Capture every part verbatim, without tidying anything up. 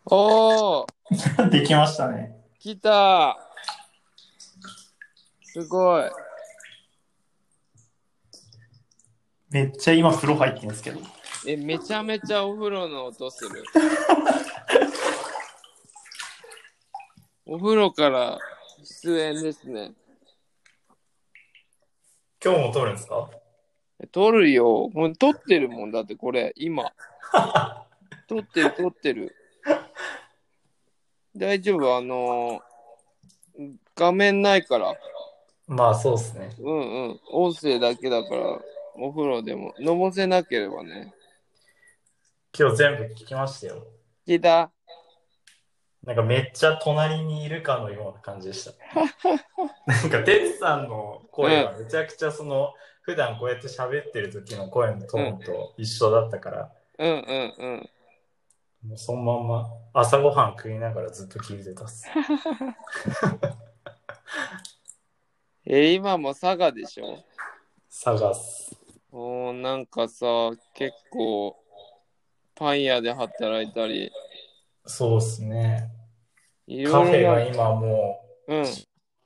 おーできましたね。 来た。すごい。 めっちゃ今風呂入ってるんですけど。 え、めちゃめちゃお風呂の音する。お風呂から出演ですね。 今日も撮るんですか？ 撮るよ。もう撮ってるもんだってこれ今。撮ってる撮ってる。大丈夫あのー画面ないから。 まあそうっすね。 うんうん。音声だけだからお風呂でものぼせなければね。 今日全部聞きましたよ。 聞いた。 なんかめっちゃ隣にいるかのような感じでした。なんかてつさんの声うんがめちゃくちゃその普段こうやって喋ってる時の声のトうんーンと一緒だったから、 うんうんうん。 もうそのまんま朝ごはん食いながらずっと聞いてたっす。 え、今も佐賀でしょ？ 探す。 おー、なんかさ、結構パン屋で働いたり、 そうっすね。 いカフろいろな、 ェが今もうん。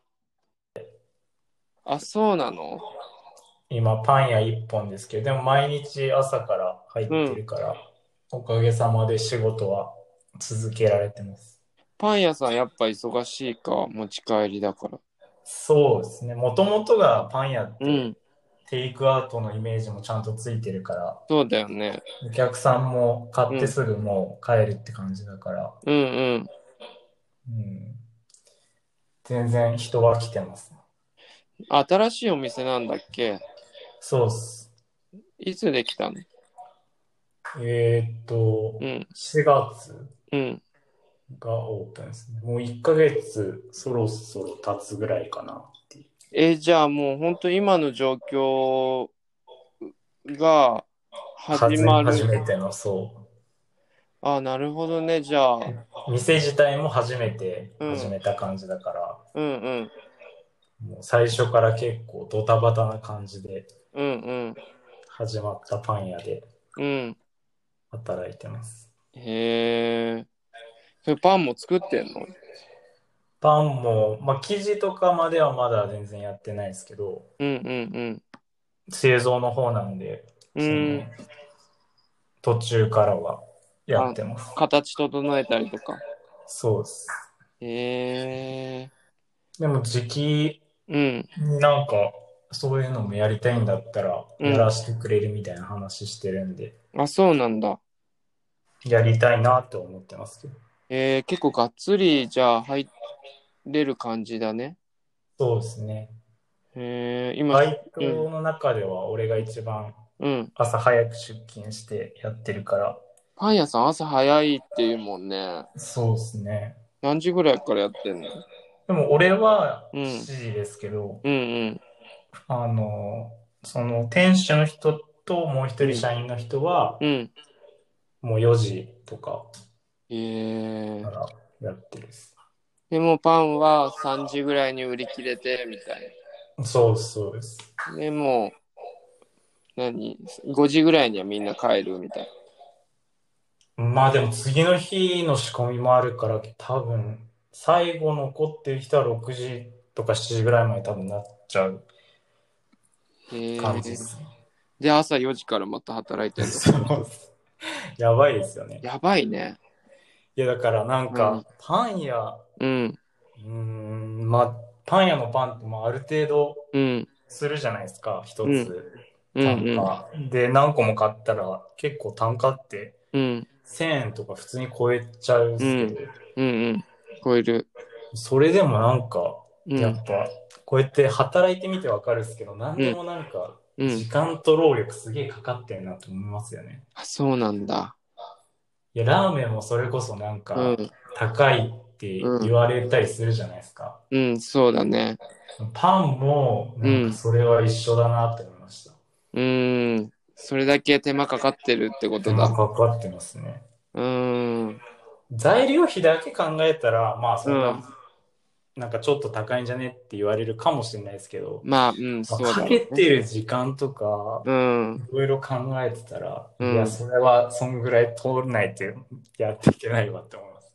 あ、そうなの？ う今パン屋一本ですけど、でも毎日朝から入ってうん。 るから、おかげさまで仕事は続けられてます。 パン屋さんやっぱ忙しいか、持ち帰りだから。 そうですね。もともとがパン屋ってうん。 テイクアウトのイメージもちゃんとついてるから、 そうだよね。 お客さんも買うん。 ってすぐもう帰るって感じだから、 うんうん。 うん、全然人は来てます。 新しいお店なんだっけ？ そうっす。 いつできたの？ えーっと、 うん。 しがつうん。 がオープンですね。もういっかげつそろそろ経つぐらいかなっていう。 え、じゃあもう本当今の状況が始はじまる。 初めての、そあ、なるほどね。じゃあ、 う。店自体も初めてうん。 始めた感じだから、 うんうん。 もう最初から結構ドタバタな感じでうんうん。 始まったパン屋でうん。 働いてます。 へえ。それパンも作ってんの？ パンも、まあ、生地とかまではまだ全然やってないですけど、 うんうん製造の方なんで、 うん。 そのうーん。 途中からはやっあ、 てます。 形整えたりとか。 そうです。 へえ。 でも時期うん。 になんかそういうのもやりたいんだったらやらうん。 せてくれるみたいな話してるんで、 あ、そうなんだ。 やりたいなと思ってますけど。 えー、結構がっつりじゃあ入れる感じだね。 そうですね。 へえ、今、 バイうん。 トの中では俺が一番うん。 朝早く出勤してやってるから、 パン屋さん朝早いっていうもんね。 そうですね。 何時ぐらいからやってんの？ でも俺はうん。 しちじですけど、 うんあの、その店主の人ともう一うん。うん。 人社員の人はうん。 もうよじとかへえ。 からやってるです。 でもパンはさんじぐらいに売り切れて、みたいそうです、そうです。 な。でもう、何 ?ご 時ぐらいにはみんな帰るみたいまあでも次の日の仕込みもあるから多分最後残ってる人はろくじとかしちじぐらいまで多分なっちゃうな。へえ。 感じですね。 で、朝よじからまた働いてんの？ そうっす。やばいですよね。 やばいね。 いやだからなんうん。 かパン屋、 うん。 うーん、まあパン屋のパンってまあある程度うん。 するじゃないですか。一うん。 つうん。うん。 単価。で、何個も買ったら結構単価ってうん。 せんえんとか普通に超えちゃうんですけど、 うん。うん。超える。 それでもなんか、 うん。 やっぱ、こうやって働いてみてわかるんですけど、何うん。 でもなんか、 うん。 時間と労力すげえかかってるなと思いますよね。 あ、そうなんだ。 いや、ラーメンもそれこそなんか、 うん。 高いってうん。 言われたりするじゃないですか。 うん。そうだね。 パンも、なんかうん。 それは一緒だなって思いました。 うーん。それだけ手間かかってるってこ手とだ。 間かかってますね。 うーん。 材料費だけ考えたら、まあそんな、 うん。 なんかちょっと高いんじゃねって言われるかもしれないですけど、 まあ、うん、 まあ、 そうかだろうね。 けてる時間とか、 うん。 いろいろ考えてたら、いや、 うん。 それはそんぐらい通らないとやっていけないわって思います。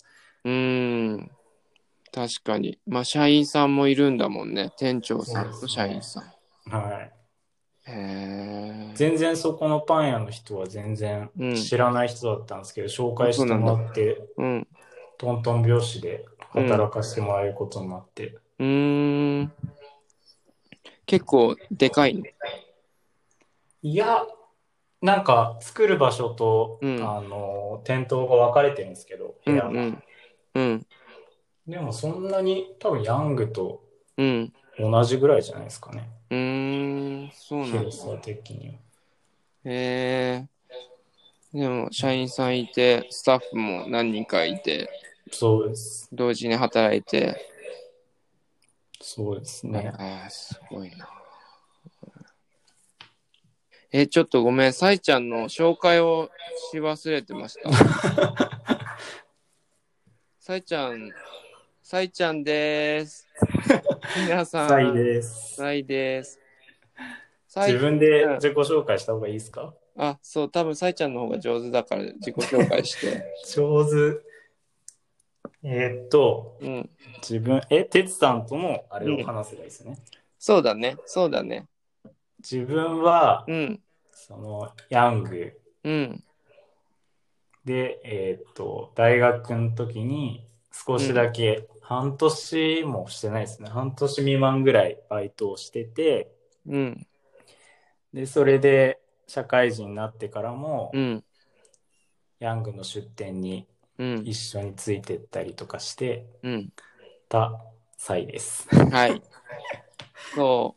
うーん。確かに。まあ、社員さんもいるんだもんね。店長さんと社員さん。 はい。 へえ。 全然そこのパン屋の人は全然うん。 知らない人だったんですけど、紹あ、 介してそうなんだ。 もらって、 うん。 トントン拍子でうん。 働かせてもらえることになって。 うーん。結構でかいの？ いや、なんか作る場所と、 うん。 あの、店頭が分かれてるんですけど、 うんう部屋が。 ん。うん。 でもそんなに多分ヤングとうん。 同じぐらいじゃないですかね。 うーん。そうなんだ。 広さ的には。 へえ。でも、社員さんいて、スタッフも何人かいて、 そうです。 同時に働いて。 そうですえね。 ー、すごいな。え、ちょっとごめん、さいちゃんの紹介をし忘れてました。さいちゃん、さいちゃんでーす。皆サイさん、 です。 さいです。さい、 自分でうん。 自己紹介した方がいいですか？ あ、そう、多分さいちゃんの方が上手だから自己紹介して。 上手。えーっと、 うん。 自分、え、てつさんともあれうん。 を話せばいいですね。 そうだね。そうだね。 自分は、 うん。 その、ヤングうん。 で、えーっと、大学の時に少しうん。 だけ、半年もしてないですね。半年未満ぐらいバイトをしてて、 うん。 で、それで社会人になってからも、 うん。 ヤングの出店にうん。 一緒についてったりとかしてうん。 た際です。 はい。そう。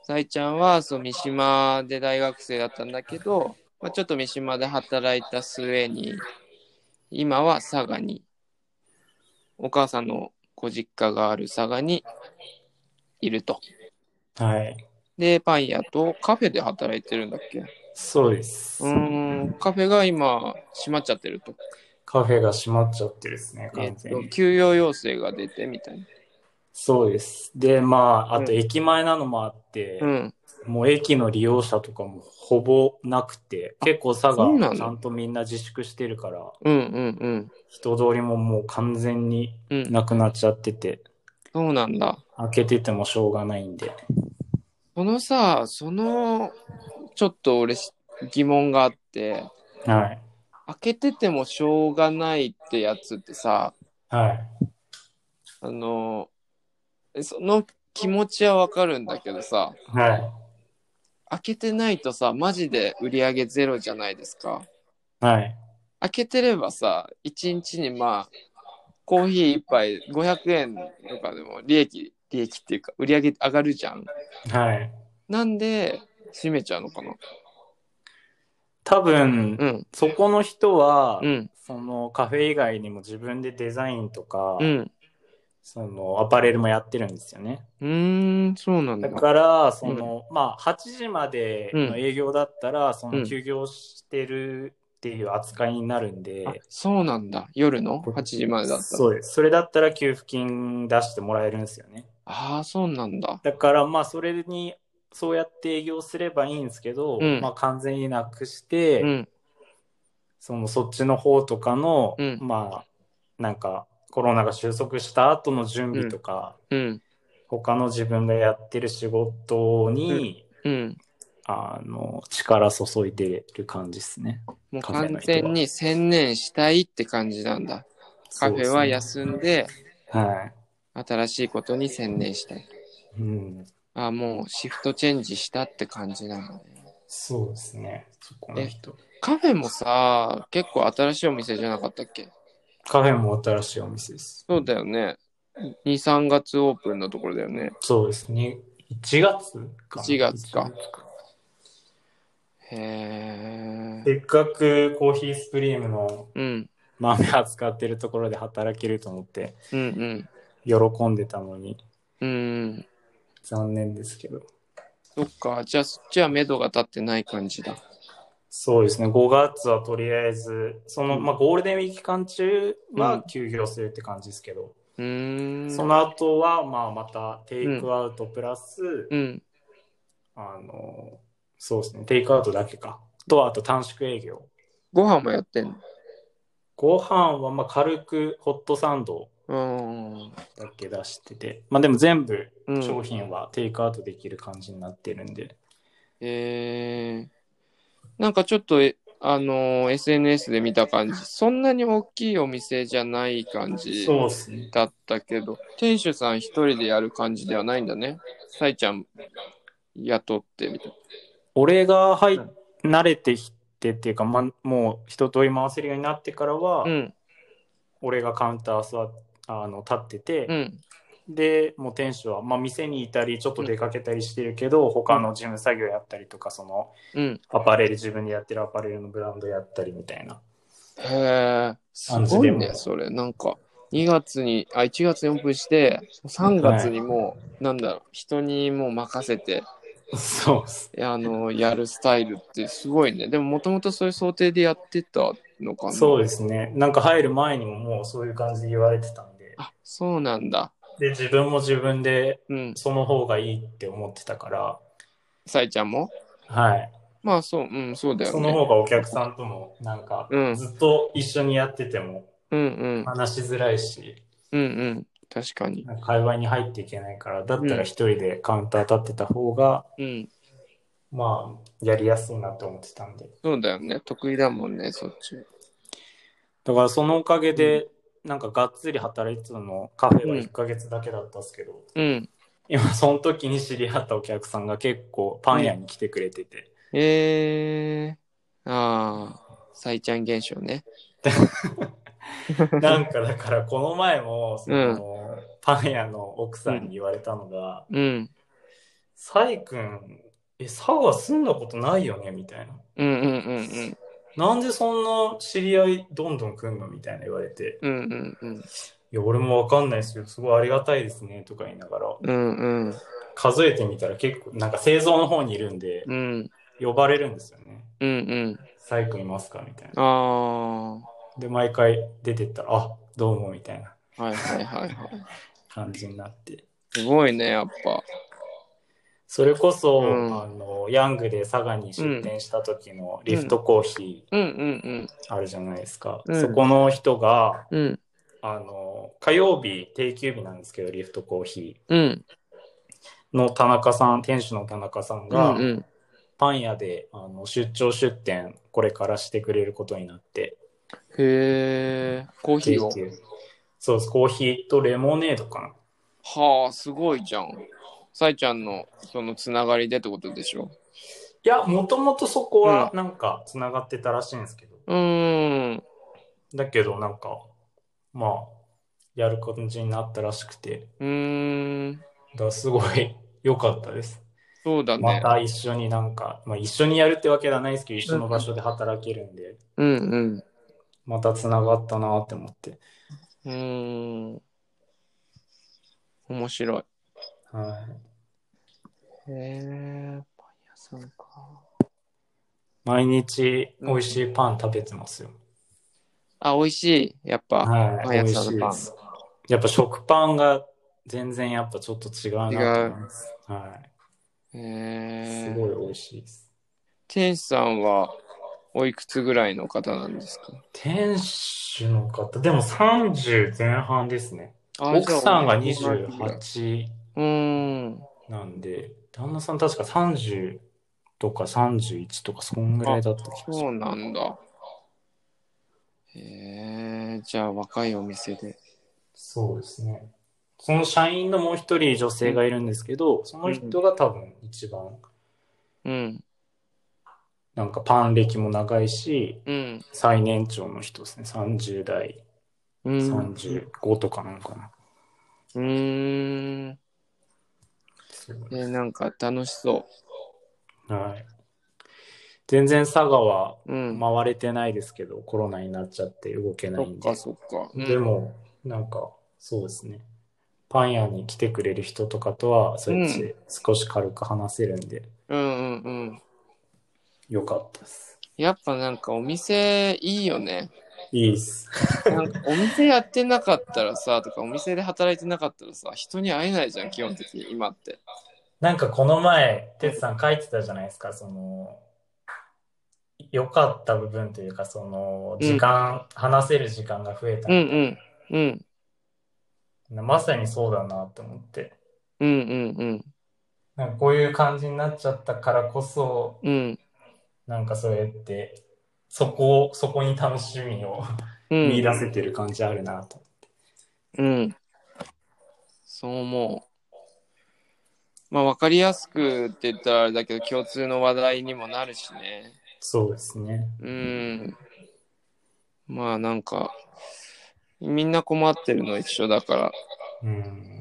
さいちゃんは、そう、三島で大学生だったんだけど、まあ、ちょっと三島で働いた末に、今は佐賀に、お母さんのご実家がある佐賀にいると。 はい。 で、パン屋とカフェで働いてるんだっけ？ そうでうす。 ーん、カフェが今、閉まっちゃってると。 カフェが閉まっちゃってですね、 えっと、 完全に。 休業要請が出てみたいな。 そうです。で、まあ、あうん。 と駅前なのもあって、 うん。 もう駅の利用者とかもほぼなくて、 あ、 結構佐そうなの？ 賀ちゃんとみんな自粛してるから、 うんうんうん。 人通りももう完全にうん。 なくなっちゃってて、 そうなんだ。 開けててもしょうがないんで。 そのさ、その、ちょっと俺し疑問があって、 はい。 開けててもしょうがないってやつってさ、 はい。 あの、その気持ちはわかるんだけどさ、 はい。 開けてないとさ、マジで売り上げゼロじゃないですか。 はい。 開けてればさ、いちにちにまあ、コーヒー一杯ごひゃくえんとかでも利益、利益っていうか、売り上げ上がるじゃん。 はい。 なんで、閉めちゃうのかな。 多分、 うん、 そこの人は、 うん、 そのカフェ以外にも自分でデザインとか、 うん。 そのアパレルもやってるんですよね。 うーん、そうなんだだ。 から、そうん、 の、まあ、はちじまでのうん、 営業だったら、そうん。 の休業してるっていう扱いになるんあ、 で、 そうなんだ。夜のはちじまでだったら。 そうです。それだったら給付金出してもらえるんですよね。 ああ、そうなんだ。 だから、まあ、それに、そうやって営業すればいいんですけど、まうん、 あ、完全になくして、 うん、 その、そっちの方とかの、 うん、 まあ、なんか、コロナが収束した後の準備とうん、 か、 うん、 他の自分がやってる仕事うん、 に、 うん。 あの、力注いでる感じですね。 もうカフェ完の人は。 全に専念したいって感じなんだ。カフェはそうですね。 休んで、 は新しいことに専念したい。 い。うん。 あ、もうシフトチェンジしたって感じなんだね。 そうですね。そこのえ、 人。 カフェもさ、結構新しいお店じゃなかったっけ？ カフェも新しいお店です。 そうだよね。に、さんがつオープンのところだよね。 そうですね。いちがつかな？ いちがついちか。 月か。 へえ。 せっかくコーヒースプリームのうん。 豆扱ってるところで働けると思ってうんうん喜んでたのにうん。 残念ですけど。 そっか。じゃあそっちは目処が立ってない感じだ。 そうですね。ごがつはとりあえず、その、 うん。 まあ、ゴールデンウィーク期間中うん。 は休業するって感じですけど、 うーん。 その後は、まあ、またテイうん。 クアウトプラス、 うん。 あの、そうですね。テイクアウトだけか。と、あと短縮営業。 ご飯もやってんの？ ご飯はまあ軽くホットサンドうん。 だけ出してて、まあでも全部うん。 商品はテイクアウトできる感じになってるんで。 えー、なんかちょっと、えあのー エスエヌエス で見た感じ、そんなに大きいお店じゃない感じそうですね。 だったけど、店主さん一人でやる感じではないんだね。さいちゃん雇ってみたい俺が入っな。 慣れてきてっていうか、まあ、もう一通り回せるようになってからは、 うん。 俺がカウンター座っあの立ってて、 うん。 で、もう店主は、まあ、店にいたり、ちょっとうん。 出かけたりしてるけど、 うん。 他の事務作業やったりとか、その、 うん。 アパレル、自分でやってるアパレルのブランドやったりみたいなへえ、す感じごいね、 でもそれ。なんか、にがつに、あ、いちがつにオープンして、3 う、は月にもう、なんだろう、人にもう任せて、 い。そうっす。 あの、やるスタイルってすごいね。でも、もともとそういう想定でやってたのかな。 そうですね。なんか入る前にももうそういう感じで言われてたんで、 あ、そうなんだ。 で、自分も自分でうん。 その方がいいって思ってたから、 さいちゃんもはい。 まあ、そう、うん、そうだよね。 その方がお客さんともなんかうん。 ずっと一緒にやっててもうんうん。 話しづらいし、 うんうん。確かに。 なんか会話に入っていけないから、だったらうん。 一人でカウンター立ってた方が、 うん。 まあ、やりやすいなって思ってたんで。 そうだよね。得意だもんね、そっち。 だからそのおかげうん。 で、なんかがっつり働いてたの、カフェは1 うん。 ヶ月だけだったんですけど、 うん。 今その時に知り合ったお客さんが結構パン屋うん。 に来てくれてて、 えー。ああ、さいちゃん現象ね。 なんかだからこの前も、そうん。 の、パン屋の奥さんにうん。 言われたのが、 うん。 サイ君、え、佐賀住んだことないよねみたいな。 うんうんうんなんでそんな知り合いどんどん来んのみたいな言われて、 うん。うんうんうん。 いや、俺もわかんないですよ。すごいありがたいですね。とか言いながら、 うんうん。 数えてみたら結構、なんか製造の方にいるんで、 うん。 呼ばれるんですよね。 うんうん。 サイ君いますかみたいな。 あで、毎回出てったら、あ、どうもみたいなあ、はいはいはいはい。 感じになって。 すごいね、やっぱ。 それこそ、 うん。 あの、ヤングで佐賀に出うん。 店した時のリうん。 フトコーヒうんうんーあるじゃないですか。 うん。 そうん。 この人が、 うん。 あの、火曜日定休日なんですけど、リフトコーヒうん。 ーの田中さん、店主の田中さんうんが、 うん。 パン屋であの出張出店、これからしてくれることになって、 へえ、コーヒーを。 定休。そうです、コーヒーとレモネードかな。 はあ、すごいじゃん。さいちゃんのそのつながりでってことでしょ。 いや、もともとそこうん。 はなんかつながってたらしいんですけど、 うーん。 だけどなんか、まあ、やる感じになったらしくて、 うーん。 だからすごい良かったです。 そうだね。 また一緒になんか、まあ一緒にやるってわけではないですけど、一緒の場うん所で働けるんで、 うんうんまたつながったなって思って。 うーん。面白い。 はい。 へえ、パン屋さんか。 毎日美味うん。 しいパン食べてますよ。 あ、美味しい。やっぱ、 はい、美パン屋味さんのパン。 しいです。やっぱ食パンが全然やっぱちょっと違う違なと思う。 います。はい。 へすごいえ。 美味しいです。 店主さんはおいくつぐらいの方なんですか？ 店主の方、でもさんじゅう前半ですね。 あ、じゃあ、 奥さんが同じぐらい。 にじゅうはちうーん。 なんで、旦那さん確かさんじゅうとかさんじゅういちとかそんぐらあ、 いだった気がしそうなんだ。へえ、じゃあ若いお店で。 ます。そうですね。その社員のもう一人女うん、 性がいるんですけど、そのうん、 人が多分一番、 うん、 なんかパン歴も長いし、 うん、 最年長の人ですね。さんじゅう代、 うん、 さんじゅうごとかなのかな。 うーん。えー、なんか楽しそはい。全然佐賀はう。うん。 回れてないですけど、コロナになっちゃって動けなそっかいんで。 そっか。うん。 でも、なんか、そうですね。パン屋に来てくれる人とかとは、そうやっうん。 て少し軽く話せるんで、 うんうんうん。 よかったです。 やっぱなんかお店いいよね。 いいっす。 なんかお店やってなかったらさ、とかお店で働いてなかったらさ、人に会えないじゃん、基本的に今って。 なんかこの前、 うん。 てつさん書いてたじゃないですか、その、 良かった部分というか、その、 うん。 時間、話せる時間が増えたうんみたいうん。うん。 な。まさにそうだなと思って。 うんうんうん。 なんかこういう感じになっちゃったからこそ、 うん。 なんかそうやって、そこを、そこに楽しみをう見ん。 出せてる感じあるなと。 うん。そう思う。まあ、わかりやすくって言ったらあれだけど、共通の話題にもなるしね。 そうですね。 うん。まあ、なんか、みんな困ってるの一緒だから、 うん。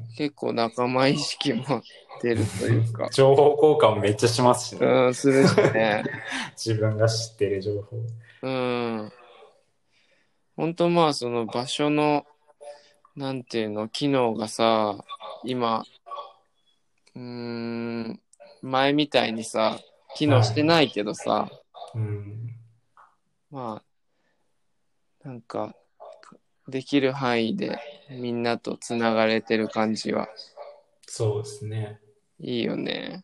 結構仲間意識も出るというか、 情報交換もめっちゃしますしね。 うん、するしね。 自分が知ってる情報。 うん。本当まあ、その場所の、なんていうの、機能がさ、今、うーん、前みたいにさ、機能してはないけどさ、 い。うん。 まあ、なんか、できる範囲でみんなとつながれてる感じはそうですね。 いいよね。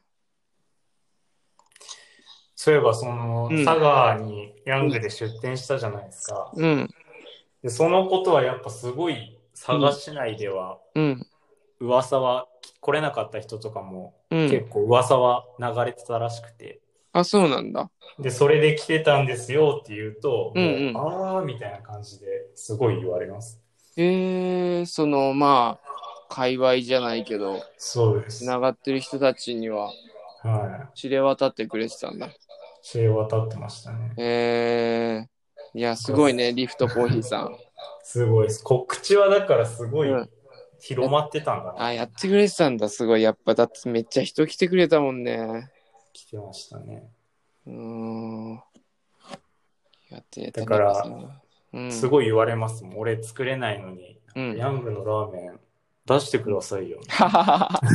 そういえば、その、 うん。 佐賀にヤングで出店したじゃないですか。 うん。 で、そのことはやっぱすごい、佐賀市内では、 うん。 噂は、来れなかった人とかも、 うん。 結構噂は流れてたらしくて。 あ、そうなんだ。 で、それで来てたんですよって言うと、 うんもう、 うん。 あーみたいな感じですごい言われます。 えー、その、まあ、界隈じゃないけど、 そうです。 つながってる人たちにはは知れ渡ってくれてたんだ。 い。知れ渡ってましたね。 えー、いや、すごいね、リフトコーヒーさん。 すごいです。告知はだからすごいうん。や広まってたんだなあ、 と思って。 やってくれてたんだ、すごい。やっぱ、だってめっちゃ人来てくれたもんね。 来てましたね。 うーん。やってやっだてなんかさ。 から、 うん。 すごい言われますもん。俺作れないのに、 うん。 ヤングのラーメン出してくださいよ。 はははは。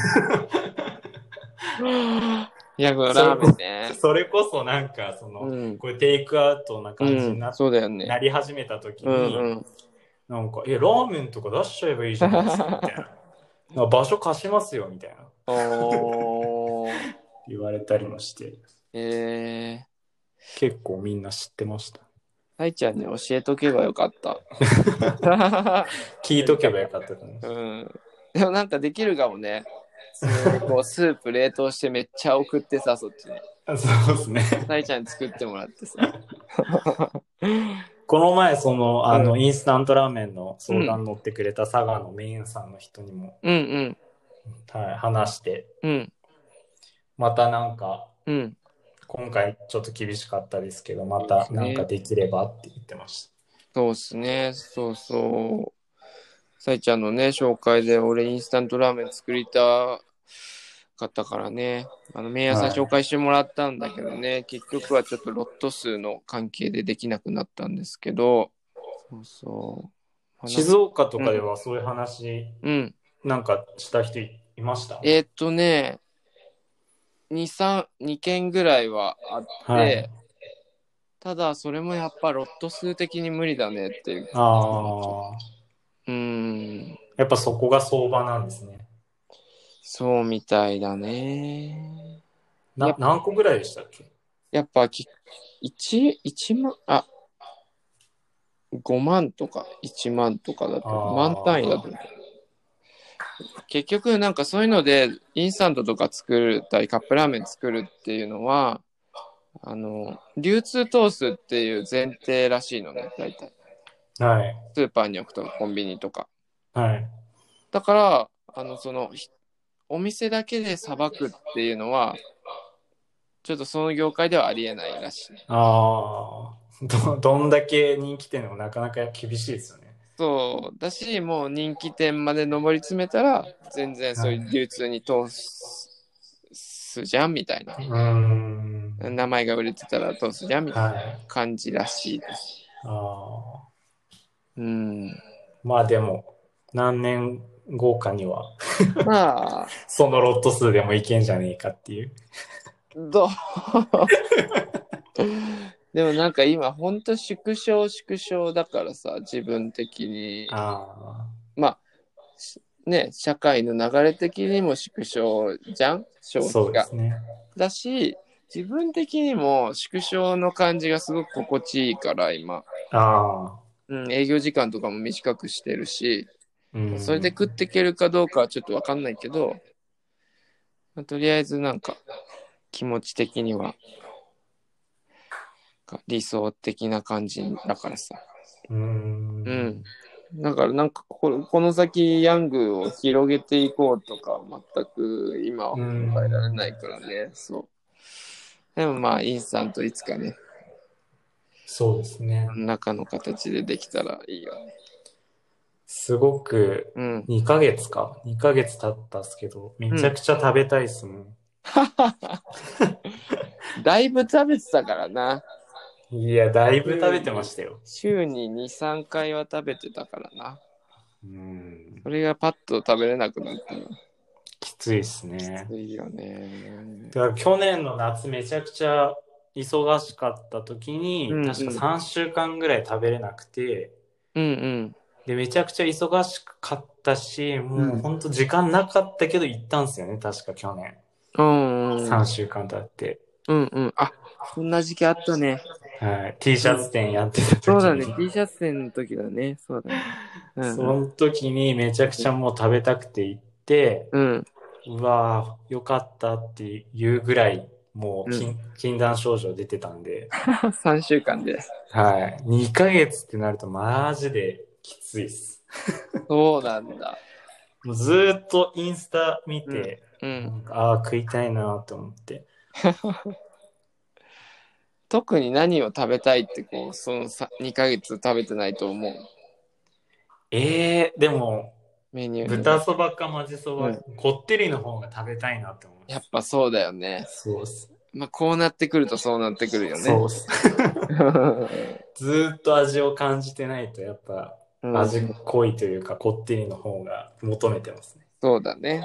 いや、このラーメンそれこね。 それこそなんか、その、 うん。 これテイクアウトなうん。 感じにな、 そうだよね。 なり始めた時うんに、 うん。 なんか、え、ラーメンとか出しちゃえばいいじゃないですか、みたいな。なんか場所貸しますよ、みたいな。 おー。 言われたりもして、 えー。 結構みんな知ってました。 さいちゃんに教えとけばよかった。 聞いとけばよかったと思います。 うん。でもなんかできるかもね。普通にこう、スープ冷凍してめっちゃ送ってさ、そっちに。 そうですね。 さいちゃんに作ってもらってさ。 この前、その、あの、 うん。 インスタントラーメンのうん。 相談乗ってくれた佐賀のメインさんの人にも、 うんうん。 はい、話して、 うん。 またなんか、 うん。 今回ちょっと厳しかったですけど、まそうでたなんかすね。 できればって言ってましそうっすね。そうそう。さいちゃんのね、紹介で俺インスタントラーメン作りたかったからね。あの、麺た。 屋さんはい。 紹介してもらったんだけどね、結局はちょっとロット数の関係でできなくなったんですけど、そうそう。まあ、なん静岡とうん。 かではそういう話、 うん。 なんかした人いました？ えーっとね、に、さん、にけんぐらいはあっはい。 て、ただそれもやっぱロット数的に無理だねっていう。 ああ、 うーん。 やっぱそこが相場なんですね。 そうみたいだね。やな、何個ぐらいでしたっけ？ やっぱき、いち、一万、あ、ごまんとかいちまんとかだと、万単位だあと思う。結局なんかそういうので、インスタントとか作るたり、カップラーメン作るっていうのは、あの、流通通すっていう前提らしいのね、大体。 あ、はい。 スーパーに置くとかコンビニとか。 はい。 だから、あの、その、お店だけでさばくっていうのは、ちょっとその業界ではありえないらしい。 ああ、ど、どんだけ人気店でもなかなか厳しいですよね。 そうだし、もう人気店まで上り詰めたら、全然そういうはい。 流通に通すじゃんみたいな。 うーん。 名前が売れてたら通すじゃんみたいなはい。 感じらしいです。 ああ。 うん。 まあでも、何年後かにはまあ、 そのロット数でもいけんじゃねえかっていう。 どうでもなんか今ほんと縮小縮小だからさ、自分的に。 あまあ、ね、社会の流れ的にも縮小じゃんあ、そうで消費が。 すね。 だし、 自分的にも縮小の感じがすごく心地いいから、今。 ああ。 うん、営業時間とかも短くしてるし、 うん。 それで食っていけるかどうかはちょっとわかんないけど、まあとりあえずなんか気持ち的には理想的な感じだからさ。 うーん。 うん。だからなんかここの先ヤングを広げていこうとか全く今は考えられないからね。そう。でもまあインスタントいつかね、 そうですね。 何らかの形でできたらいいよね。 すごく、 うん。 にかげつか ?に ヶ月経ったっすけど、めちゃくちゃ食べたいっすもん。 だいぶ食べてたからな。 いや、だいぶ食べてましたよ。 週にに、さんかいは食べてたからな。 うん。 それがパッと食べれなくなったの。 きついっすね。 いいよね。 だから去年の夏めちゃくちゃ忙しかった時に、 うんうん確かさんしゅうかんぐらい食べれなくて、 うんうん。 で、めちゃくちゃ忙しかったし、もうほんと時間なかったけど行ったんすよね、確か去年。 うんうん。 さんしゅうかん経って。 うんうん。あ、そんな時期あったね。 はい。T シャツ店やってた時に。 そうだね。T シャツ店の時だね。そうだね。うんうん、 その時にめちゃくちゃもう食べたくて行って、 うん。 うわぁ、よかったっていうぐらい、もう禁、 うん、 禁断症状出てたんで。 さんしゅうかんで。 はい。にかげつってなるとマジできついっす。 そうなんだ。 もうずーっとインスタ見て、 うんうん、 なんかああ、食いたいなと思って。 特に何を食べたいってこう、そのにかげつ食べてないと思う。 ええー、でも、 メニューに。 豚そばか混ぜそば、 うん、 こってりの方が食べたいなって思います。 やっぱそうだよね。 そうっす。 まあ、こうなってくるとそうなってくるよね。 そうっす。ずーっと味を感じてないと、やっぱ、味濃いというか、こってりの方が求めてますね。 そうだね。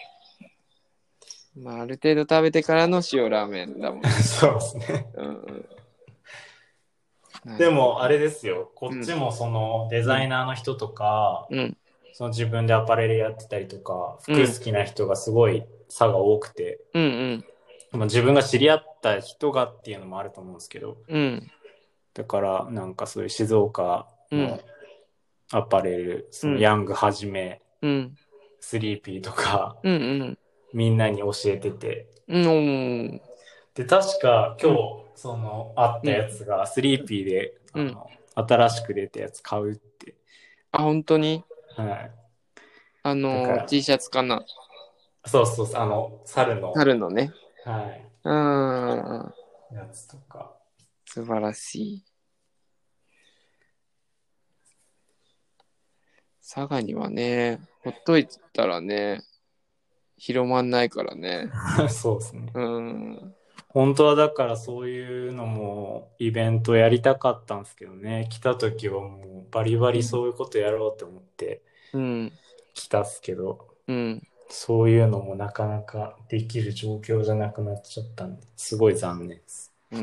まあ、ある程度食べてからの塩ラーメンだもんね。 そうですね。 うんうん、 でも、あれですよ。こっちもそのデザイナーの人とか、 うん、 その自分でアパレルやってたりとか、服好きな人がすごい差が多くて、 うんうんまあ、自分が知り合った人がっていうのもあると思うんですけど、 うん、 だからなんかそういう静岡のアパレル、そのヤングはじめ、 うん、 スリーピーとか、 うんうん、 みんなに教えてて、 うん、 で、確か今日、その、あったやつが、スリーピーで、あの、新しく出たやつ買うって。 あ、本当にはい。 あの、T シャツかな。 そうそうそう、あの、猿の。 猿のね。 はい。 うん。 やつとか。 素晴らしい。佐賀にはね、ほっといたらね、広まんないからね。 そうですね。 うん。 本当はだからそういうのもイベントやりたかったんですけどね。来た時はもうバリバリそういうことやろうって思って来たっすけど、 うん。 そういうのもなかなかできる状況じゃなくなっちゃったんで、すごい残念です。 うん。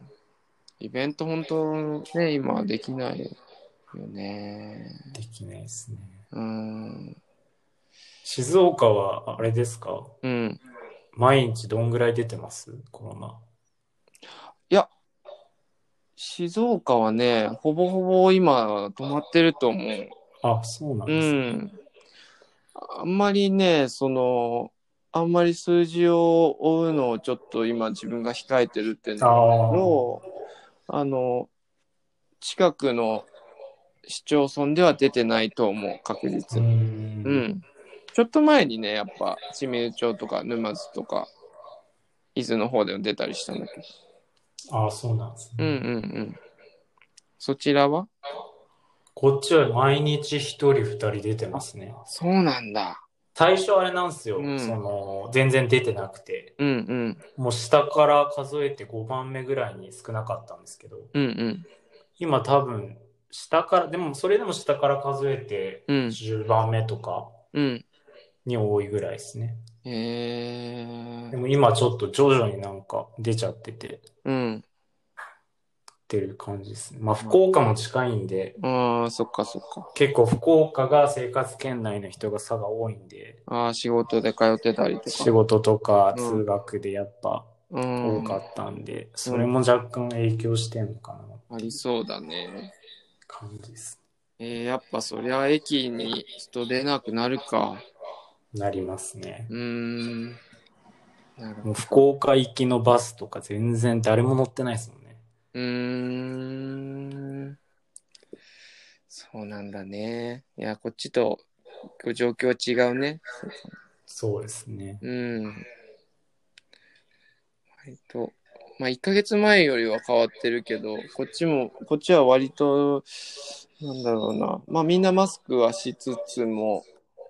イベント本当ね、今はできないよね。 できないですね。 うん。 静岡はあれですか？ うん。 毎日どんぐらい出てますコロナ？ いや、静岡はね、ほぼほぼ今止まってると思う。 あ、そうなんうですね。 ん。あんまりね、その、あんまり数字を追うのをちょっと今自分が控えてるっていうのを、あの、近くの市町村では出てないと思う、確実。 ううん。 ん。 ちょっと前にね、やっぱ、清水町とか沼津とか、伊豆の方でも出たりしたんだけど。 ああ、そうなんですね。 うんうんうん。そちらは？ こっちは毎日一人二人出てますね。 そうなんだ。 最初あれなんですよ。 うん、 その、全然出てなくて。 うんうんもう下から数えてごばんめぐらいに少なかったんですけど。 うんうん今多分、下から、でもそれでも下から数えてうんじゅうばんめとかうん。 に多いぐらいですね。 へえ。 でも今ちょっと徐々になんか出ちゃってて、 うん。 ってる感じですね。まあ福岡も近いんで、 ああ、そっかそっか。 結構福岡が生活圏内の人が差が多いんで、 ああ、仕事で通ってたりとか。 仕事とかうん通学でやっぱ多かったんで、それも若干影響してんのかな、 うん、ありそうだね。 感じです。 えー、やっぱそりゃ駅に人出なくなるか。 なりますね。 うーん。 なるほど。もう福岡行きのバスとか全然誰も乗ってないですもんね。 うーん。そうなんだね。いや、こっちと状況は違うね。 そうですね。 うん。えっと、まあ、いっかげつまえよりは変わってるけど、こっちも、こっちは割と、なんだろうな。まあ、みんなマスクはしつつも、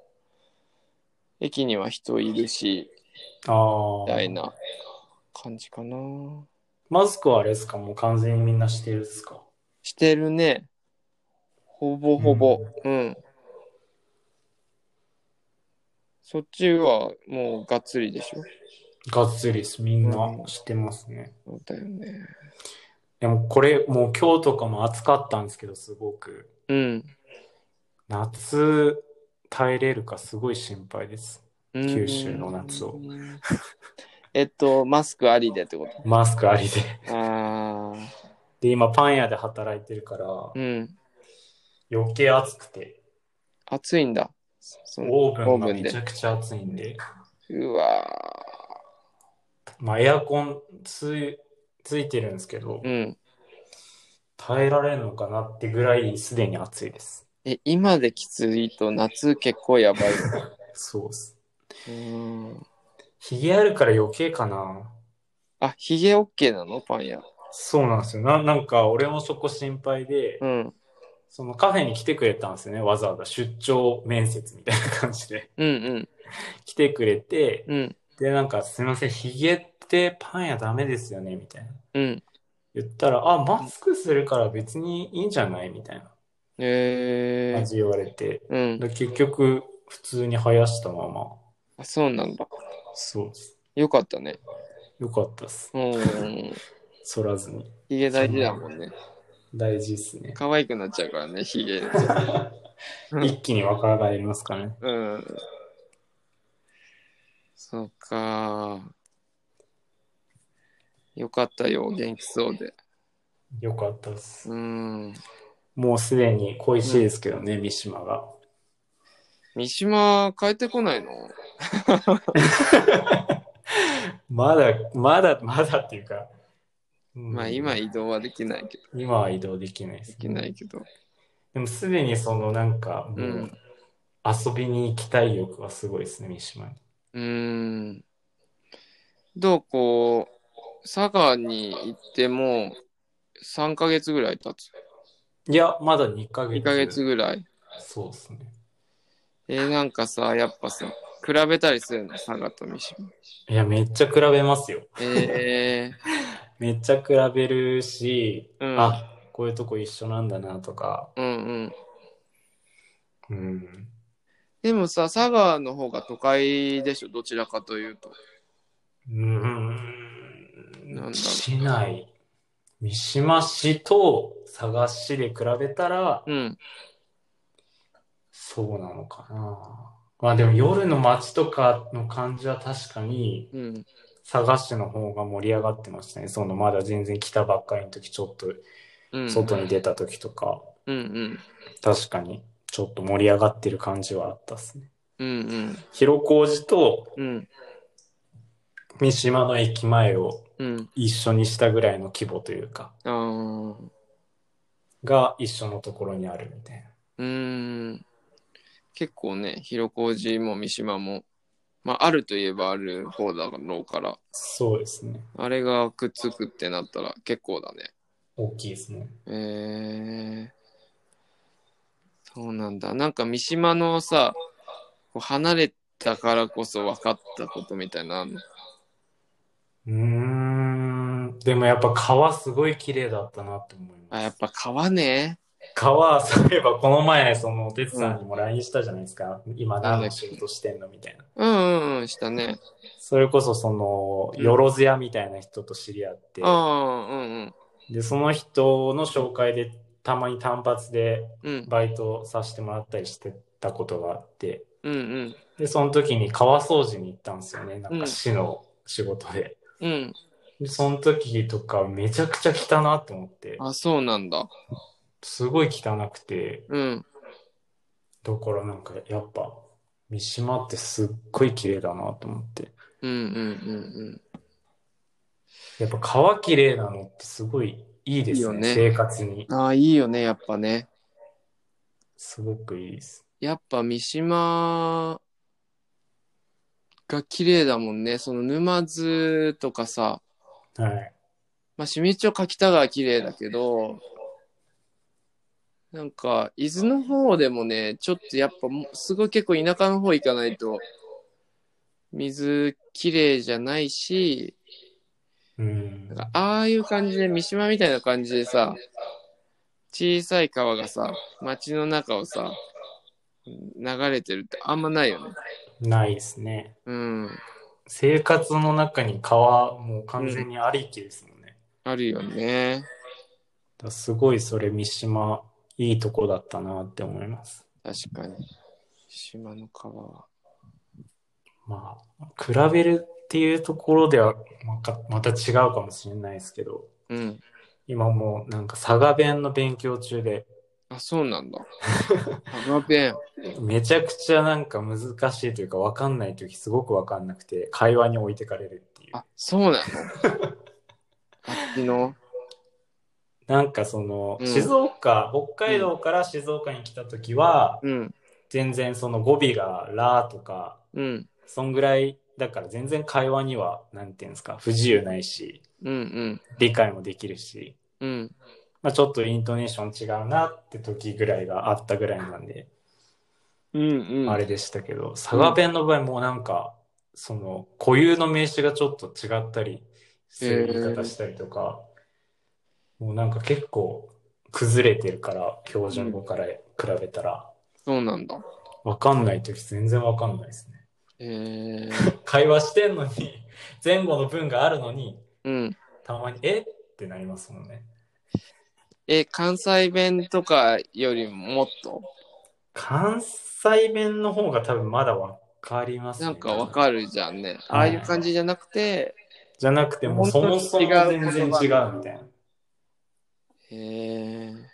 駅には人いるし、 あみたいな感じかな。 マスクはあれですか？もう完全にみんなしてるんですか？ してるね。ほぼほぼ。うん。うん、そっちはもうがっつりでしょ？ がっつりです。みんなしてますね。 うん、そうだよね。 でもこれ、もう今日とかも暑かったんですけど、すごく。 うん。 夏、耐えれるかすごい心配です。 うん、 九州の夏を。 えっと、マスクありでってこと？ マスクありで。 ああ。 で、今パン屋で働いてるから、 うん。 余計暑くて。 暑いんだ。そのオーブンがめオーブンで。 ちゃくちゃ暑いんで。 うわまあエアコンつついてるんですけど、 ー。うん。 耐えられるのかなってぐらいすでに暑いです。 え、今できついと夏結構やばい。 そうっす。 うーん。 ヒゲあるから余計かな。 あ、ヒゲオッケーなのパン屋？ そうなんですよ。な、なんか俺もそこ心配で、 うん。 そのカフェに来てくれたんですよね。わざわざ出張面接みたいな感じで。 うんうん。 来てくれて、 うん。 で、なんかすいません、ヒゲってパン屋ダメですよねみたいな。 うん。 言ったら、あ、マスクするから別にいいんじゃないみたいな感えー。 じ言われて。 うん。 で結局、普通に生やしたまま。 あ、そうなんだ。 そうです。 よかったね。 よかったっす。 うん。 剃らずに。 ヒゲ大事だもんね。 大事っすね。 可愛くなっちゃうからね、ヒゲ。 一気に若返りますからね。 うん。そうか。よかったよ、元気そうで。 よかったっす。 うん。 もうすでに恋しいですけどね、三島が。 三島帰ってこないの？ まだ、まだ、まだっていうか、うん、 まあ今移動はできないけど。 今は移動できないでですきね。 ないけど。 でもすでにそのなんかもううん。 遊びに行きたい欲はすごいですね、三島に。 うーん。どうこう、佐賀に行ってもさんかげつぐらい経つ？ いや、まだにかげつ。 にかげつぐらい。 そうですね。 えー、なんかさ、やっぱさ、比べたりするの、佐賀と三島。 いや、めっちゃ比べますよ。 えめっちゃ比べるし、 ー、うん。 あ、こういうとこ一緒なんだなとか。 うんうん。 うん。 でもさ、佐賀の方が都会でしょ、どちらかというと。 うーん。 なんだろ市内。三島市と佐賀市で比べたら、 う。うん。 そうなのかな。まあでも夜の街とかの感じは確かに、 うん。 佐賀市の方が盛り上がってましたね。そのまだ全然来たばっかりの時、ちょっとうん。 外に出た時とか、 うんうん。 確かにちょっと盛り上がってる感じはあったっすね。 うんうん。 広小路とうん。 三島の駅前をうん。 一緒にしたぐらいの規模というか、 ああ。 が一緒のところにあるみたいな。 うーん。結構ね、広小路も三島も、まあ、あるといえばある方だろうから、 そうですね。 あれがくっつくってなったら結構だね。 大きいですね。 えー、そうなんだ。なんか三島のさ、こう離れたからこそ分かったことみたいなのあんの？ うーん。でもやっぱ川すごい綺麗だったなって思いあ、 ます。 やっぱ川ね。 川、そういえばこの前、その、哲うん。 さんにも ライン したじゃないですか。今何の仕なんだっけ。 事してんのみたいな。 うんうんうん、したね。 それこそその、 うん。 よろずやみたいな人と知り合っあて、 あ、うんうん。 で、その人の紹介でたまに単発でうん。 バイトさせてもらったりしてたことがあって、 うんうん。 で、その時に川掃除に行ったんですよね。なんかうん。 市の仕事で。 うん。 で、その時とかめちゃくちゃ汚なって思って。 あ、そうなんだ。 すごい汚くて。 うん。 だからなんかやっぱ、三島ってすっごい綺麗だなと思って。 うんうんうんやっぱ川綺麗なのってすごいいいうん。 ですね、 いいよね。 生活に。 ああ、いいよね、やっぱね。 すごくいいです。 やっぱ三島が綺麗だもんね。その沼津とかさ、 はい。 まあ、清水町柿田川綺麗だけど、なんか、伊豆の方でもね、ちょっとやっぱもう、すごい結構田舎の方行かないと、水綺麗じゃないし、 うん。 なんかああいう感じで、三島みたいな感じでさ、小さい川がさ、街の中をさ、流れてるってあんまないよね。 ないですね。 うん。 生活の中に川もう完全うん。 にありきですもんね。 あるよね。 だからすごいそれ三島いいとこだったなって思います。 確かに。島の川は。 まあ、比べるっていうところではまかまた違うかもしれないですけど、 うん。 今もうなんか佐賀弁の勉強中で、 あ、そうなんだ。佐賀弁。 めちゃくちゃなんか難しいというか分かんないときすごく分かんなくて、会話に置いてかれるっていう。 あ、そうなの？あっちの。 なんかその、静うん。 岡、北うん。 海道から静岡に来たときは、 うん。 全然その語尾がラとか、 うん。 そんぐらいだから全然会話には、なんていうんですか、不自由ないし、 うん。 理解もできるし、 うん。 まあ、ちょっとイントネーション違うなって時ぐらいがあったぐらいなんで、 うん。うん。 あれでしたけど、佐うん。 賀弁の場合もうなんか、その固有の名詞がちょっと違ったりえする言い方しー。 たりとか、もうなんか結構崩れてるから、標うん。 準語から比べたら、 そうなんだ。 わかんない時全然わかんないですね。 えー。 会話してんのに、前後の文があるのに、 うん。 たまに、えってなりますもんね。 え、関西弁とかよりももっと関西弁の方が多分まだわかりますね、 なんか多分。 わかるじゃんね。ああいうはい。 感じじゃなくて、 じゃなくてもう本そも当に違そもう全然違言葉みたいうみたいな。 な。へえ、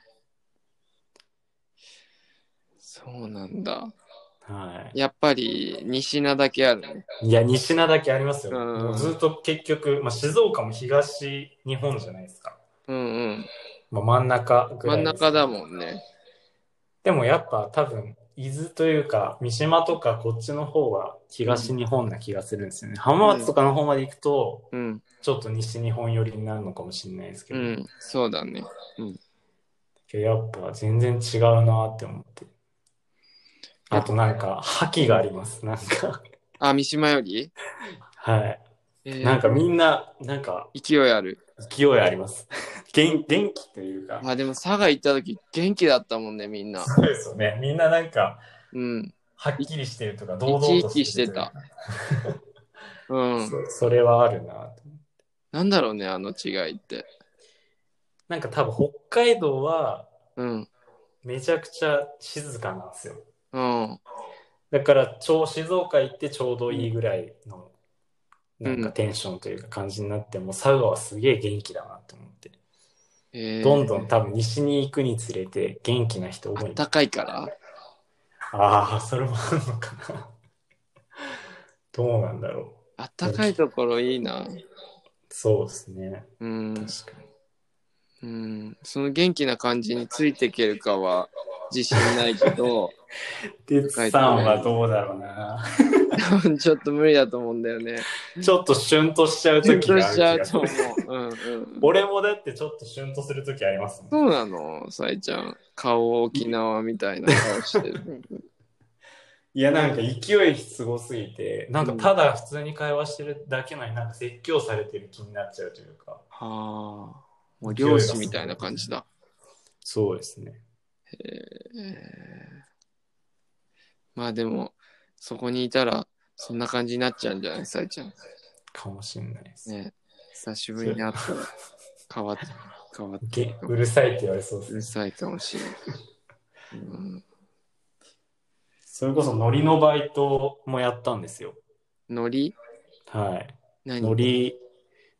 そうなんだ。 はやっぱり西名だけあるね。 い。いや、西名だけありますうよ。もうずん。 っと結局、まあ、静岡も東日本じゃないですか。 うんうん。 まあ、真ん中ぐ真んらいですかね。 中だもんね。 でもやっぱ多分、伊豆というか、三島とかこっちの方はうん。 東日本な気がするんですよね。浜松うん。 とかの方まで行くと、 うん。 ちょっと西日本寄りになるのかもしれないですけど、 うん。そうだね。うん。 やっぱ全然違うなって思って。あやっぱ、 となんか、覇気があります。なんかあ、三島よりはい。なんかえー、 みんな、なんか、 勢いある。 勢いあります。元元気というか、 あ、でも佐賀行った時元気だったもんね、みんな。 そうですよね。みんななんか、 うん。 はっいきりしてるとか、 生堂々としき生きしてた。 てるというか、 うん。 そ、それはあるなと。 なんだろうね、あの違いって。 なんか多分北海道はうん。 めちゃくちゃ静かなんですよ。 うん。 だからちょう静岡行ってちょうどうん。 いいぐらいのなんかうん。 テンションというか感じになっても佐賀はすげえ元気だなと思って。どんどんえー、 多分西に行くにつれて元気な人多いな。 あったかいからああ、それもあるのかな。どうなんだろあったう。 かいところいいな。 そうですね。 うん。 確かに。 うん。その元気な感じについていけるかは自信ないけど、 哲高いとさんはころいい。 どうだろうな。 ちょっと無理だと思うんだよね。 ちょっとシュンとしちゃうキュン時があとしちゃうる気がする。 と思う。うんうん。 俺もだってちょっとシュンとする時ありますもん。 そうなの、さえちゃん。顔沖縄みたいな顔してる。 いや、なんか勢いすごすぎて、なんかうん。 ただ普通に会話してるだけなのになんか説教されてる気になっちゃうというか、 はあ。もう漁勢いが師みたいなすごい。 感じだ。 そうですね。 えーまあでも、そこにいたら、そんな感じになっちゃうんじゃないさえちゃん。 かもしれないです。 ね。久しぶそれりに会ったら、変わっ、変わってるげかも。 うるさいって言われそうですね。 うるさいかもしれない。うん、 それこそ海苔のバイトもやったんですよ。 海苔はい。海何苔、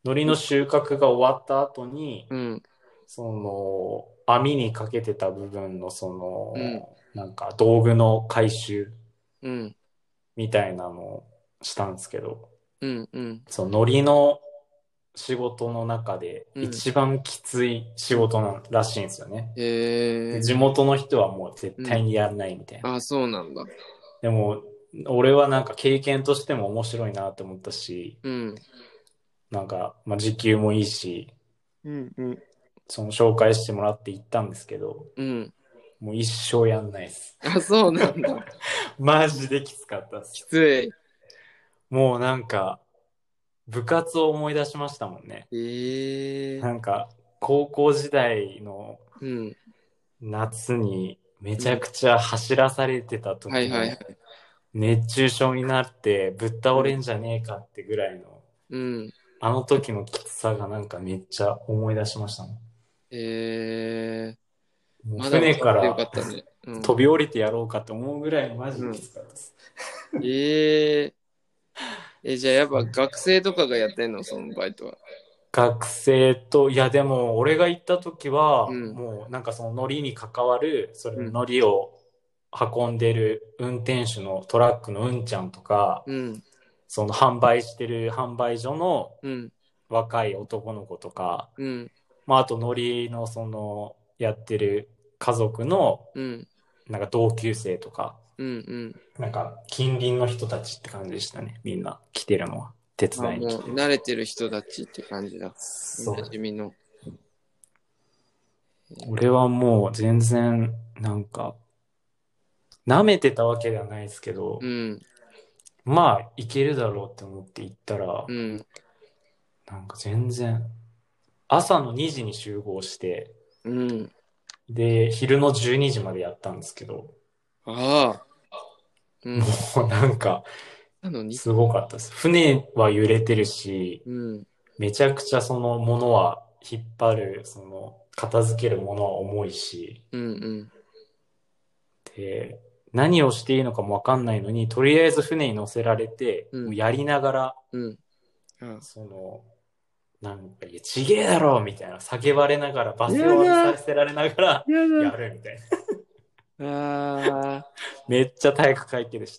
海苔の収穫が終わった後に、 うん。 その網にかけてた部分のその、 うん。 なんか道具の回収うん。 みたいなのをしたんですけど、 うん。うん。 その海苔の仕事の中でうん。 一番きつい仕事ならしいんですよね。で、 へえ。 地元の人はもう絶うん。 対にやらないみたいな。 あ、そうなんだ。 でも、俺はなんか経験としても面白いなって思ったし、 うん。 なんか、まあ、時給もいいし、 うん。うん。 その紹介してもらって行ったんですけど、 うん。 もう一生やんないです。 あ、そうなんだ。 マジできつかったできす。 つい。 もうなんか、部活を思い出しましたもんね。 ええ。 なんか、高校時代のうん。 夏にめうん。 ちゃくちゃ走らされてたはいはいは時のい。 熱中症になってぶっ倒うん。 れんじゃねえかってぐらいの、 うん。 あの時のきつさがなんかめっちゃ思い出しましたもん。 ええ。 もうまだ分船からかってよかったね。うん。 飛び降りてやろうかと思うぐらいマジできうん。 つかったです。 ええ。え、じゃあやっぱ学生とかがやってんのそのバイトは？ 学生と、いやでも俺が行った時は、 うん。 もうなんかその海苔に関わる、それのうん。 海苔を運んでる運転手のトラックのうんちゃんとか、 うん。 その販売してる販売所のうん。 若い男の子とか、 うん。 まああと海苔のそのやってる家族のうん。 なんか同級生とか、 うん。 なんか近隣の人たちって感じでしたね。みんな来てるのは。手あ、 伝いに来てる。 もう慣れてる人たちって感じだ。おなそう。 じみの。 俺はもう全然なんか舐めてたわけではないですけど、 うん。 まあいけるだろうって思って行ったら、 うん。 なんか全然朝のにじに集合して、 うん。 で、昼のじゅうにじまでやったんですけど、 ああ。うん。 もうなんかなのに。 すごかったです。船は揺れてるし、 うん。 めちゃくちゃそのものは引っ張る、その片付けるものは重いし、 うん。うん。 で、何をしていいのかもわかんないのに、とりあえず船に乗せられて、 うん。 もうやりながら、 うん。あ、 その、なんか、いや、ちげえだろみたいな、叫ばれながら、罵声を浴びさやだ。 せられながら、 ややるみたいな。 だ。ああ。 めっちゃ体育会系でした。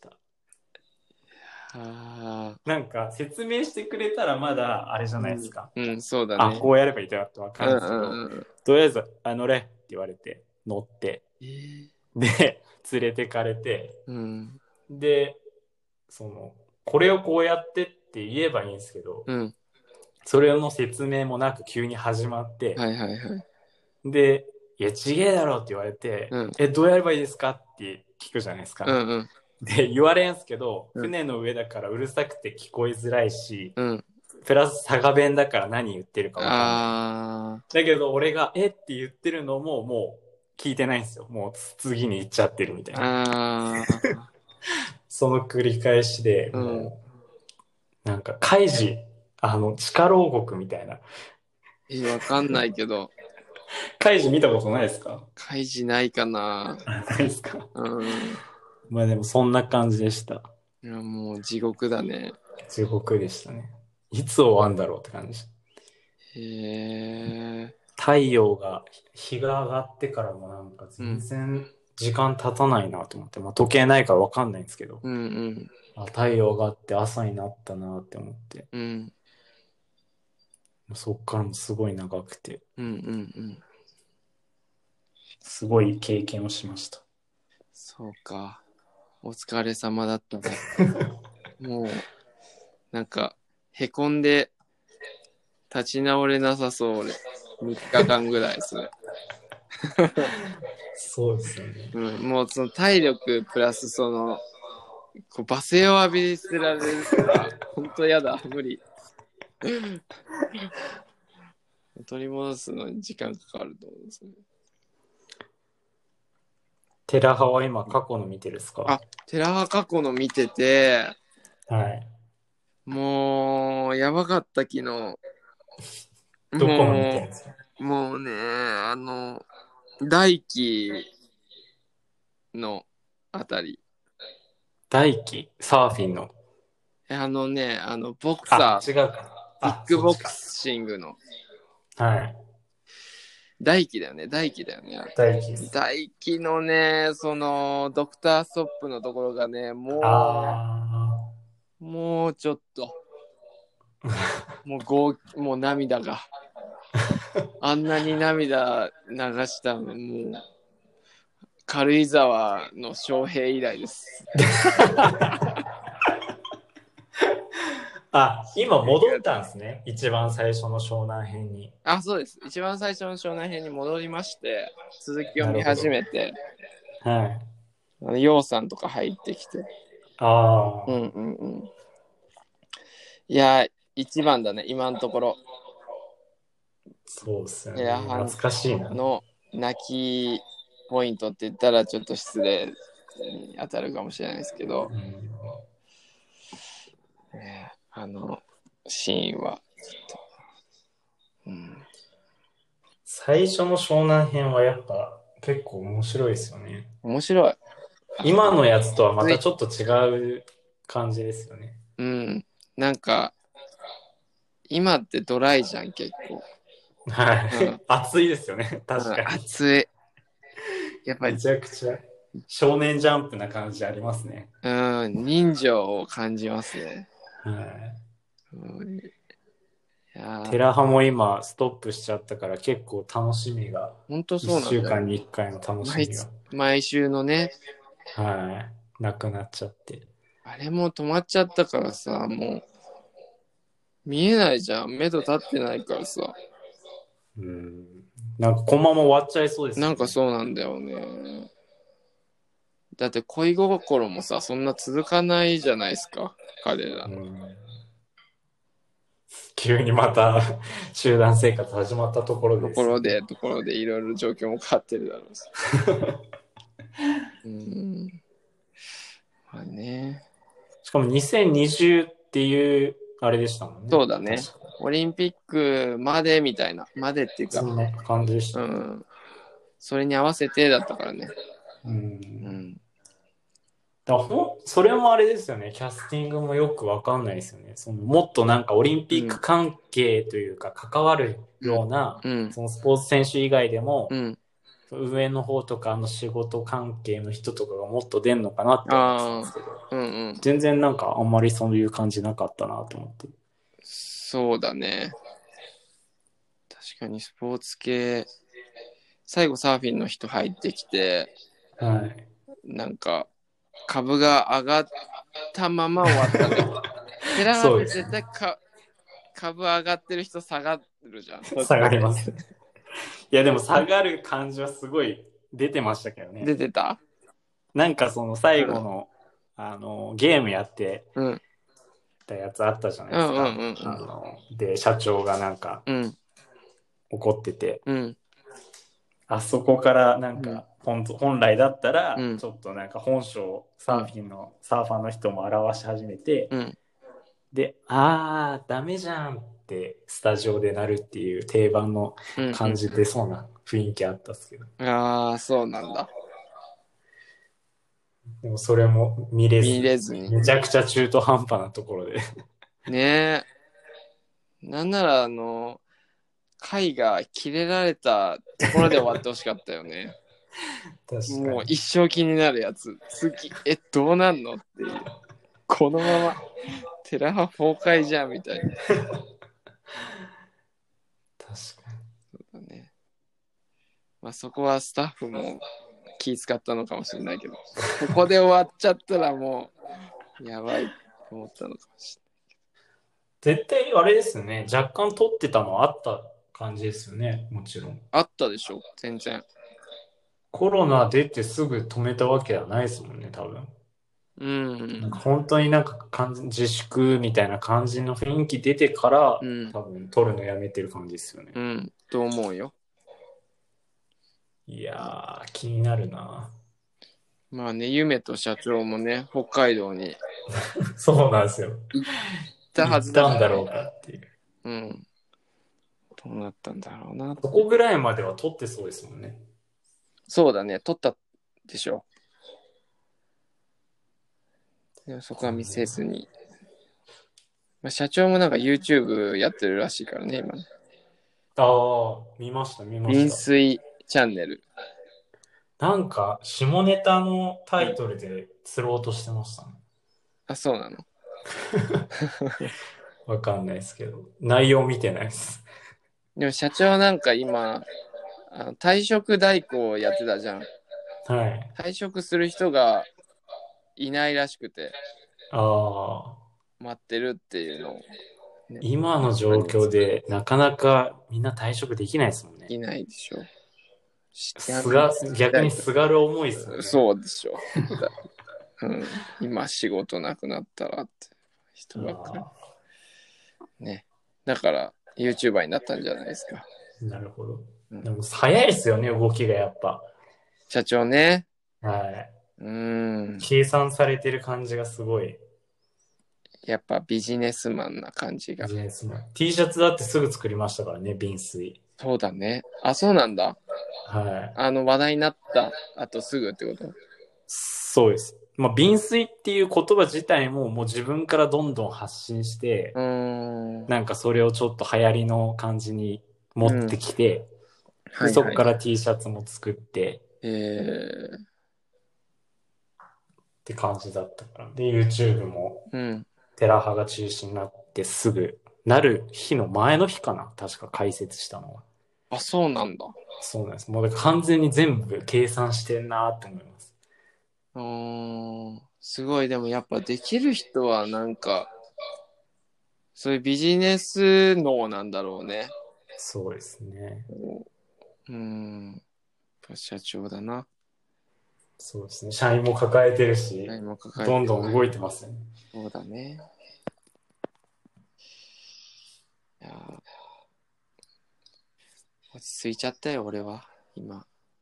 ああ。 なんか、説明してくれたらまだ、あれじゃうん。 ないですか。 うん。そうだあ、 ね。 こうやればいいだってわかうん。 るんですけど、 うん。うん。 とりあえず、あ、乗れって言われて、乗って、 ええ。 で、連れてかれて、 うん。 で、その、これをこうやってって言えばいいんですけど、 うん。 それの説明もなく急に始まって、 はいはいはい。 で、いや、ちげえだろって言われて、 うん。 え、どうやればいいですかって聞くじゃないですか。 うん。うん。 で、言われんすけど、 うん。 船の上だからうるさくて聞こえづらいし、 うん。 プラス佐賀弁だから何言ってるかわかんない。 あだけど、俺が、えって言ってるのも、もう聞いてないんですよ。もう次に行っちゃってるみたいあ。 な。 ああ。 その繰り返しでうん。 もう、なんか、カイジ、あの、地下牢獄みたいな。 え、わかんないけど、 カイジ見たことないですか？ 開示ないかな。 ないですか？ うん。 まあでもそんな感じでした。 いや、もう地獄だね。 地獄でしたね。いつ終わんだろうって感じ。 へえ。 太陽が、日が上がってからもなんか全うん。 然時間経たないなと思って、まあ時計ないからわかんないんですけど、 うんうん。 あ、太陽上がって朝になったなって思って、 うん。 そっからもすごい長くて、 うんうんうん。 すごい経験をしました。 そうか。お疲れ様だったね。もう、なんか、へこんで立ち直れなさそう、俺。みっかかんぐらい、それ。 そうですよね。 うん、もうその体力プラスその、こう罵声を浴びせられるから、ほんとやだ、無理。取り戻すのに時間かかると思うんですよね。 テラハは今過去の見てるっすか？ あ、テラハ過去の見てて、 はい。 もう、やばかった昨日。 どこの見てるもんですか？ う、もうね、あの、大輝のあたり。 大輝、サーフィンの。 あのね、あの、ボクあ、 サー、 違うか。 キックボクシングの。 はい。 大輝だよね、大輝だよね。 大輝です。 大輝のね、その、ドクターストップのところがね、もう、 あもうちょっと、もうごもう涙が。あんなに涙流したの、もう、軽井沢の翔平以来です。 あ、今戻ったんですね。一番最初の湘南編に。 あ、そうです。一番最初の湘南編に戻りまして、続きを見始めて、 はい。 あの、ヨウさんとか入ってきて。 ああ。 うんうんうん。いや、一番だね、今のところ。 そうっすよね。 エアハン懐かしいな。 の泣きポイントって言ったらちょっと失礼に当たるかもしれないですけど、 うん、 ね、あのシーンはちょっと、うん、 最初の湘南編はやっぱ結構面白いですよね。 面白い。 今のやつとはまたちょっと違う感じですよね。 うん、なんか今ってドライじゃん結構。 はい。 うん、 熱いですよね。 うん、 確かに。 熱い。やっぱりめちゃくちゃ少年ジャンプな感じありますね。 うん、人情を感じますね。 はい。 うん、いやテラハも今ストップしちゃったから結構楽しみが、 本当そう 1 なんだよ。 週間にいっかいの楽し毎みが、 毎週のね、 はい、なくなっちゃって。 あれも止まっちゃったからさ、もう見えないじゃん。目処立ってないからさ。 うん。なんかこのまま終わっちゃいそうですよね。 なんかそうなんだよね。だって恋心もさ、そんな続かないじゃないですか、彼ら。 うん、急にまた集団生活始まったところとですよね。 ころで、ところでいろいろ状況も変わってるだろうし。うん。まあね。 しかもにせんにじゅうっていう、あれでしたもんね。 そうだね。オリンピックまでみたいな。までっていうか、 そんな感じでした。 うん。それに合わせてだったからね。 うん。 うん。 だほんそれもあれですよね。キャスティングもよくわかんないですよね。そのもっとなんかオリンピック関係というか関わるような、 うん。 そのスポーツ選手以外でも、 うん。 上の方とかあの仕事関係の人とかがもっと出んのかなって思ってたんですけど、 うんうん。 全然なんかあんまりそういう感じなかったなと思って。 そうだね。確かにスポーツ系、最後サーフィンの人入ってきて、 はい。 なんか株が上がったまま終わったね。寺派って絶対か株上がってる人下がるじゃん。 下がります。いやでも下がる感じはすごい出てましたけどね。 出てた？ なんかその最後の、うん、あのゲームやってたやつあったじゃないですか。 うんうんうんうん、 あので社長がなんか怒ってて、 うん、 あそこからなんか本、本来だったらうん、 ちょっとなんか本性サーフィンの、うん、サーファーの人も表し始めて、 うん、 で、あーダメじゃんってスタジオでなるっていう定番の感じでそうな雰囲気あったっすけど。 うんうん、ああ、そうなんだ。 でもそれも見れず、 見れずに。 めちゃくちゃ中途半端なところで。 ねえ。なんならあの、貝が切れられたところで終わってほしかったよね。 確かに。 もう一生気になるやつ。次、え、どうなんのっていう。このまま、テラハ崩壊じゃんみたいな。 確かに。 そうだね。まあそこはスタッフも気遣ったのかもしれないけど、ここで終わっちゃったらもう、やばいと思ったのかもしれない。絶対あれですよね。若干撮ってたのあった感じですよね。もちろん。 あったでしょ、全然。 コロナ出てすぐ止めたわけではないですもんね、多分。 うん。 なんか本当になんか自粛みたいな感じの雰囲気出てから、 うん、 多分撮るのやめてる感じですよね。 うん、と思うよ。 いやー、気になるな。 まあね、夢と社長もね、北海道にそうなんですよ。 行ったは行っずだから、 たんだろうかっていう。 うん。どうなったんだろうな。 そこぐらいまでは撮ってそうですもんね。 そうだね、撮ったでしょ。でもそこは見せずに。 まあ、社長もなんか YouTube やってるらしいからね、今。 ああ、見ました、見まし飲た。 水チャンネル。 なんか、下ネタのタイトルで釣ろうとしてましたね。 あ、そうなの。 わかんないですけど。内容見てないです。 でも社長なんか今、あの退職代行やってたじゃん。 はい。 退職する人がいないらしくて、 ああ、 待ってるっていうのを、ね、 今の状況でなかなかみんな退職できないですもんね。 いないでしょ。 すが、逆にすがる思いですもんね。 そうでしょ。うん、今仕事なくなったらって人ばっかり。ね。だから YouTuber になったんじゃないですか。 なるほど。 うん、 でも早いですよね、動きがやっぱ。 社長ね。 はい。 うん。 計算されてる感じがすごい。 やっぱビジネスマンな感じが。 ビジネスマン。T シャツだってすぐ作りましたからね、瓶水。 そうだね。あ、そうなんだ。 はい。 あの話題になった後すぐってこと？ そうです。まあ、瓶水っていう言葉自体ももう自分からどんどん発信して、 うーん。 なんかそれをちょっと流行りの感じに持ってきて、で、 はいはい。 そこから T シャツも作ってえー、 って感じだったから。で、YouTube もうん。 テラハが中止になってすぐ、なる日の前の日かな、確か開設したのは。 あ、そうなんだ。 そうなんです。もうだから完全に全部計算してんなーって思います。 うーん。すごい、でもやっぱできる人はなんか、そういうビジネス脳なんだろうね。 そうですね。 うーん。社長だな。 そうですね。社員も抱えてるし、 何も抱えてる。 どんどん動いてますよね。 そうだね。いやー、落ち着いちゃったよ、俺は。今。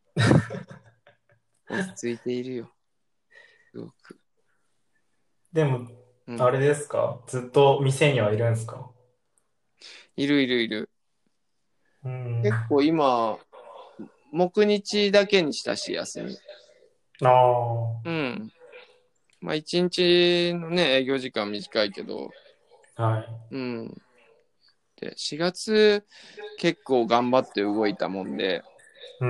落ち着いているよ。すごく。 でも、 うん。 あれですか？ずっと店にはいるんですか？ いるいるいる。 うん。 結構今、木日だけにしたし、休み。 ああ。 うん。まあ、一日のね、営業時間短いけど、 はい。 うん。で、しがつ結構頑張って動いたもんで、 うん。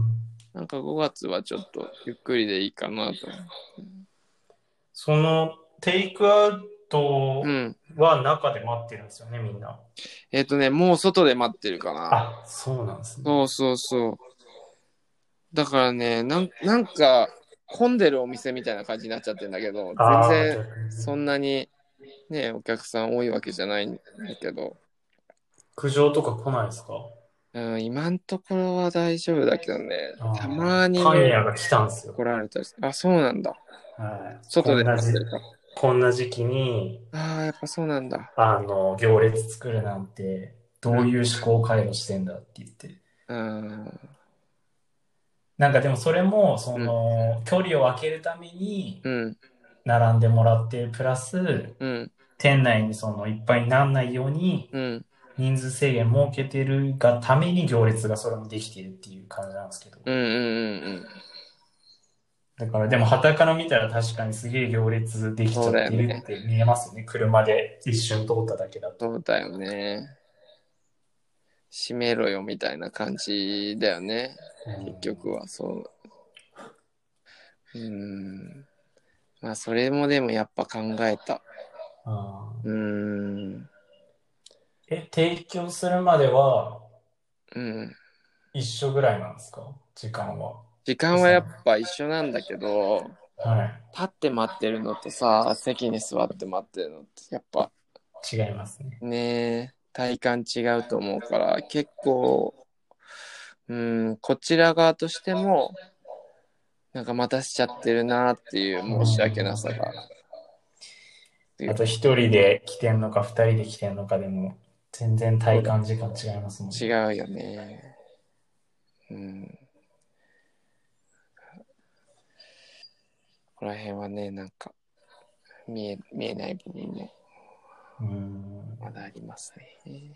なんかごがつはちょっとゆっくりでいいかなと。 その、テイクアウトうん。 は中で待ってるんですよね、みんな。 えっとね、もう外で待ってるかな。 あ、そうなんですね。 そうそうそう。だからね、なんなんか混んでるお店みたいな感じになっちゃってんだけど、全ああ、 然逆に。 そんなにね、お客さん多いわけじゃないんだけど、 苦情とか来ないですか？ うん、今んところは大丈夫だけどね、たああ、 まにね、 パン屋が来たんですよ。 来られたりして、あ、そうなんだ。 はい。こ外でんなじ、 待ってるか。 こんな時期に、 ああ、やっぱそうなんだ。 あの、行列作るなんて、どういう思考回路してんだって言って。 うん。 なんかでもそれも、そうん。 の、距離を空けるために、 うん。 並んでもらってるプラス、 うん。 店内にその、いっぱいにならないように、 うん。 人数制限設けてるがために行列がそれもできてるっていう感じなんですけど。 うん。うん。うん。 だからでも傍から見たら確かにすげえ行列できちそうゃってるっだよね。 て見えますよね。車で一瞬通っただけだと。 そうだよね。閉めろよみたいな感じだよね。結局はそう。うん。まあ、それもでもやっぱ考えた。うーん。 え、提供するまではうん。 一緒ぐらいなんですか？時間は。 時間はやっぱ一緒なんだけど、 は立って待ってるのとさ、席に座って待ってるのって、やっぱい。違いますね。 ね、体感違うと思うから、結構、うん、こちら側としても、なんか待たせちゃってるなっていう申し訳なさが強い。 あと一人で来てんのか二人で来てんのかでも全然体感時間違いますもんね。 違うよね。うん。ここら辺はね、なんか見え、見えない部分もうん。 まだありますね。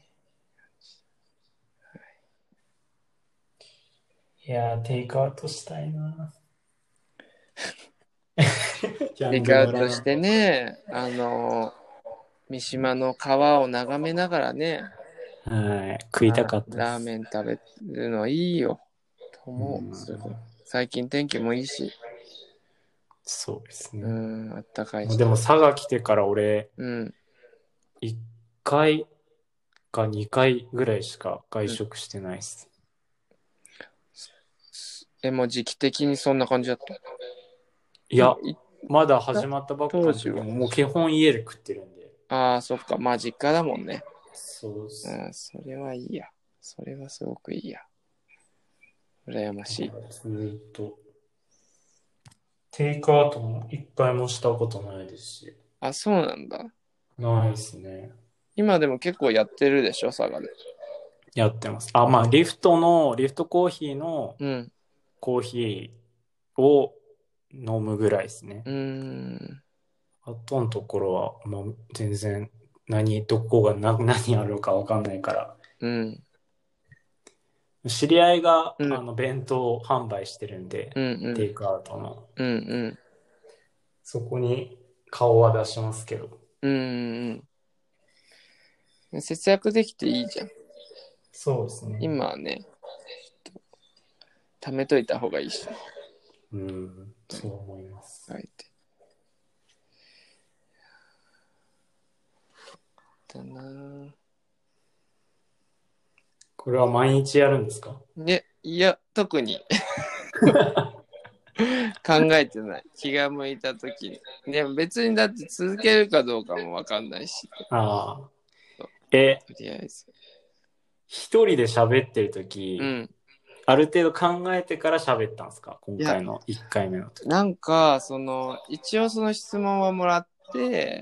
いやー、テイクアウトしたいな。ギャンテイクグ村の。 アウトしてね、あの、 三島の川を眺めながらね、 はい、食いたかったです。 ラーメン食べるのはいいよと思う。すごい。最近天気もいいし。 そうですね。 うん、あったかいし。 でも佐賀来てから俺、 うん、 いっかいかにかいぐらいしか外食してないです。 うん、え、もう時期的にそんな感じだった？ いや、まだ始まったばっかの時も、 当時はもう基本家で食ってるんで。 ああ、そっか。まあ実家だもんね。 そううん、それはいいや。それはすごくいいや。羨ましい。 ずーっと。テイクアウトも一回もしたことないですし。 あ、そうなんだ。 ないですね。 今でも結構やってるでしょ、佐賀で。 やってます。あ、まあ、リフトの、リフトコーヒーのうん。 コーヒーを飲むぐらいですね。 うーん。 あとのところは、もう全然何、どこがな何あるのかわかんないから。 うん。 知り合いがうん。 あの弁当販売してるんで、 うん。うん。 テイクアウトの。 うん。 そこに顔は出しますけど。 うん。うん。節約できていいじゃん。 そうですね。 今はね、貯めといた方がいいし。 うん、そう思います。 はい。だなこれは毎日やるんですか？ ね、いや、特に考えてない。気が向いたときに。でも別にだって続けるかどうかもわかんないし。 ああ。え、 とりあえず。 一人で喋ってるとき、 うん。 ある程度考えてから喋ったんですか？今いや、 回のいっかいめの時。 なんか、その、一応その質問はもらって、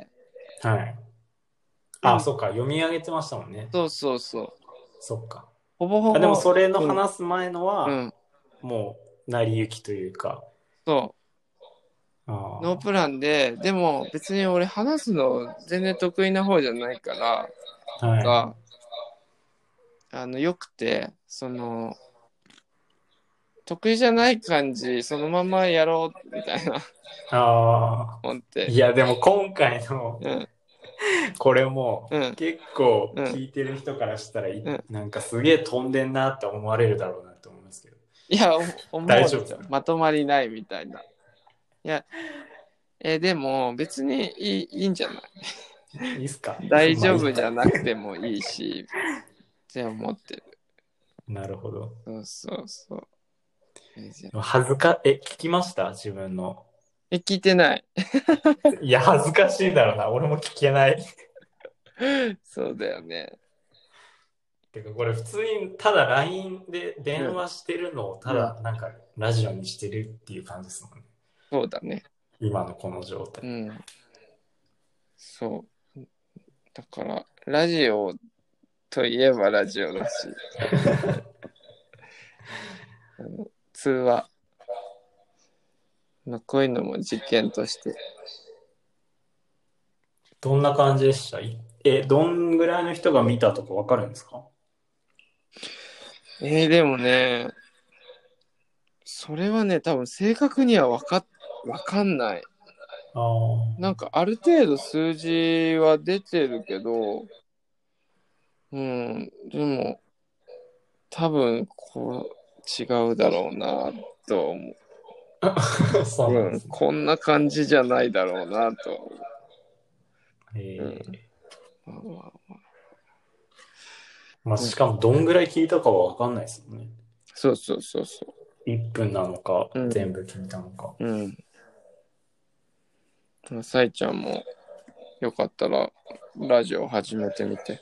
はい。あ、 でも、 そっか。読み上げてましたもんね。 そうそうそう。 そっか。 ほぼほあ、でもぼ、 それのうん、 話す前のは、 うん、 もう、成り行きというか。 そあう、ノープあ。 ランで、でも別に俺話すの全然得意な方じゃないから、なんはい。 か、あの、よくて、その、得意じゃない感じ、そのままやろう、みたいな、 ああ。 思って。 いや、でも今回のうん、 これもうん、 結構うん、 聞いてる人からしたらいうん。 なんかすげえ飛んでんなって思われるだろうなって思いますけど。 いや、お思うでしょ。 大丈夫ですか？ まとまりないみたいな。いや、え、でも別にいい、いいんじゃない？ いいっすか？ 大まあいいや。 丈夫じゃなくてもいいし、って思ってる。 なるほど。 そうそうそう。え、じゃ恥ずか、え、聞きました自分の？ え聞いてない。 いや、恥ずかしいだろうな。俺も聞けない。 そうだよね。 てか、これ普通にただ ライン でうん。 電話してるのをたうん。 だなんかラジオにしてるっていう感じですもんね。 そうだね。 今のこの状態。 うん。そう。だから、ラジオといえばラジオだし、あの通話、まあ、こういうのも実験として。 どんな感じでした？いえ、どんぐらいの人が見たとかわかるんですか？ えー、でもね、それはね、多分正確にはわか、わかんない。 ああ。 なんかある程度数字は出てるけど、うん、でも多分こう違うだろうなと思う。 そうなんうん、 ですね。 こんな感じじゃないだろうなと思う。うん、 えまあまあまあ、 ー、まあ、 うん、 しかもどんぐらい聞いたかはわかんないですもんね。 そうそうそうそいっぷんなのか、 う。うん、 全部聞いたのか。 うん。さいちゃんもよかったらラジオ始めてみて。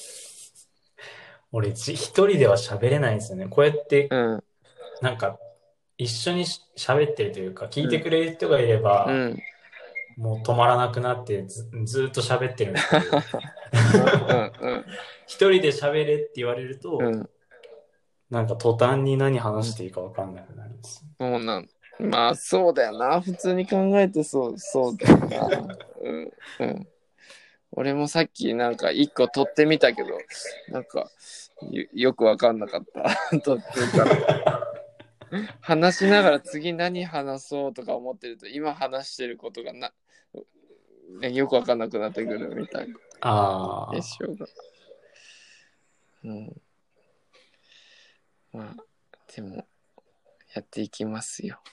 俺じ、一人では喋れないんですよね。こうやって、 うん、 なんか、一緒にし喋ってるというか、聞いてうん、 くれる人がいれば、 うん。 もう止まらなくなってず、ずーっと喋ってるんですけど、 うん、うん、うん。 一人で喋れって言われると、 うんなんか途端に何話していいかわかんなくなるんですよ。 そうなん。まあ、そうだよな。普通に考えてそう、そうだよな。うん、うん。俺もさっきなんか一個取ってみたけど、なんかよ、よくわかんなかった。途中から。話しながら次何話そうとか思ってると、今話してることがな、 よくわかんなくなってくるみたいな。 ああ。 決勝が。うん。まあ、でも、やっていきますよ。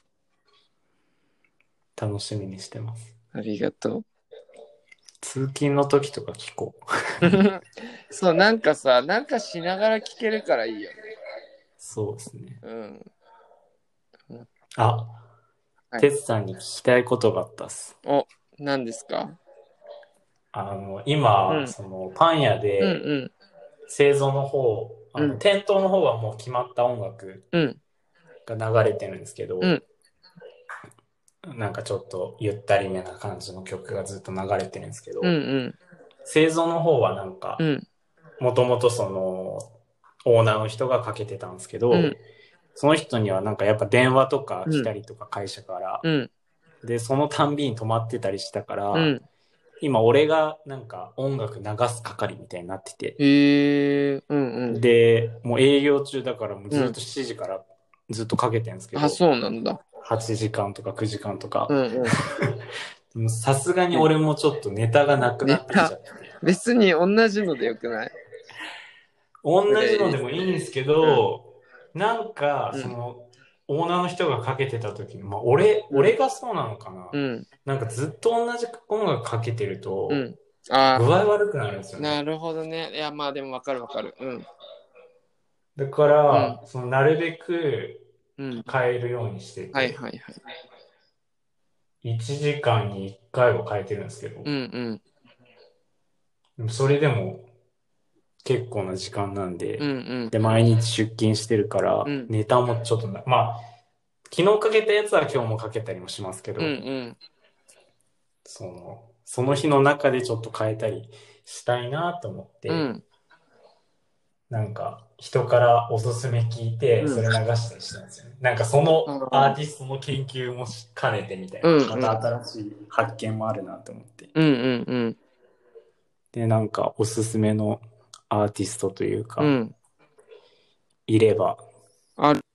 楽しみにしてます。 ありがとう。 通勤の時とか聞こう。そう、なんかさ、なんかしながら聞けるからいいよね。 そうですね。 うん。 あ、 はい、 てつさんに聞きたいことがあったっす。 お、何ですか？ あの、今、 うん。 そのパン屋うんでうん。 製造の方、あの、 うん。 店頭の方はもう決まった音楽うん。 が流れてるんですけど、 うん。 なんかちょっとゆったりめな感じの曲がずっと流れてるんですけうん。 ど、 うん。 製造の方はなんか、 うん。 もともとその、オーナーの人がかけてたんですけど、 うん。 その人にはなんかやっぱ電話とか来うん。 たりとか会社から、 うん。 で、そのたんびに止まってたりしたから、 うん。 今俺がなんか音楽流す係みたいになってて、 へえ。うんうん。 で、もう営業中だからもうずっうん。 としちじからずっとかけてるんですけあ、 ど、 そうなんだ。 はちじかんとかくじかんとか、 うんうん。 さすがに俺もちょっとネタがなくなネタ、 ってきちゃってて、 別に同じのでよくない？ 同プレイじのでもリストで。 いいんですけうん。 ど、なんか、 うん。 その、オーナーの人がかけてた時に、まあ、俺、 うん。 俺がそうなのかな。 うん。 なんかずっと同じ音楽かけてると、 うん。ああ、 具合悪くなるんですよね。 なるほどね。いや、まあでもわかるわかる。うん。 だかうん。 ら、その、なるべくうん。 変えるようにしてて、 はいはいはい。 いちじかんにいっかいは変えてるんですけど、 うんうん。 でもそれでも結構な時間なんうんで、 うん。 で、毎日出勤してるから、 うん。 ネタもちょっとな、まあ、昨日かけたやつは今日もかけたりもしますけうんうど、 ん。 その、その日の中でちょっと変えたりしたいなと思って、 うん。 なんか人からおすすめ聞いて、 うん。 それ流したりしたんですよね。なんかそのああ。 アーティストの研究もし兼ねてみたいな、 うんまたうん。 新しい発見もあるなと思って。 うんうんうん。 で、なんかおすすめのアーティストというか、 うん。 いれば、 ある。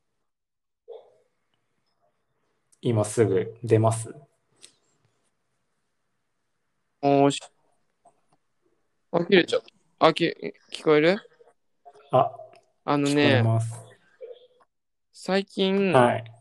今すぐ出ます？ おーし。あ、切れちゃった。あ、き、聞こえる？ あ、 あの聞こえね、 ます。 最近、 はい。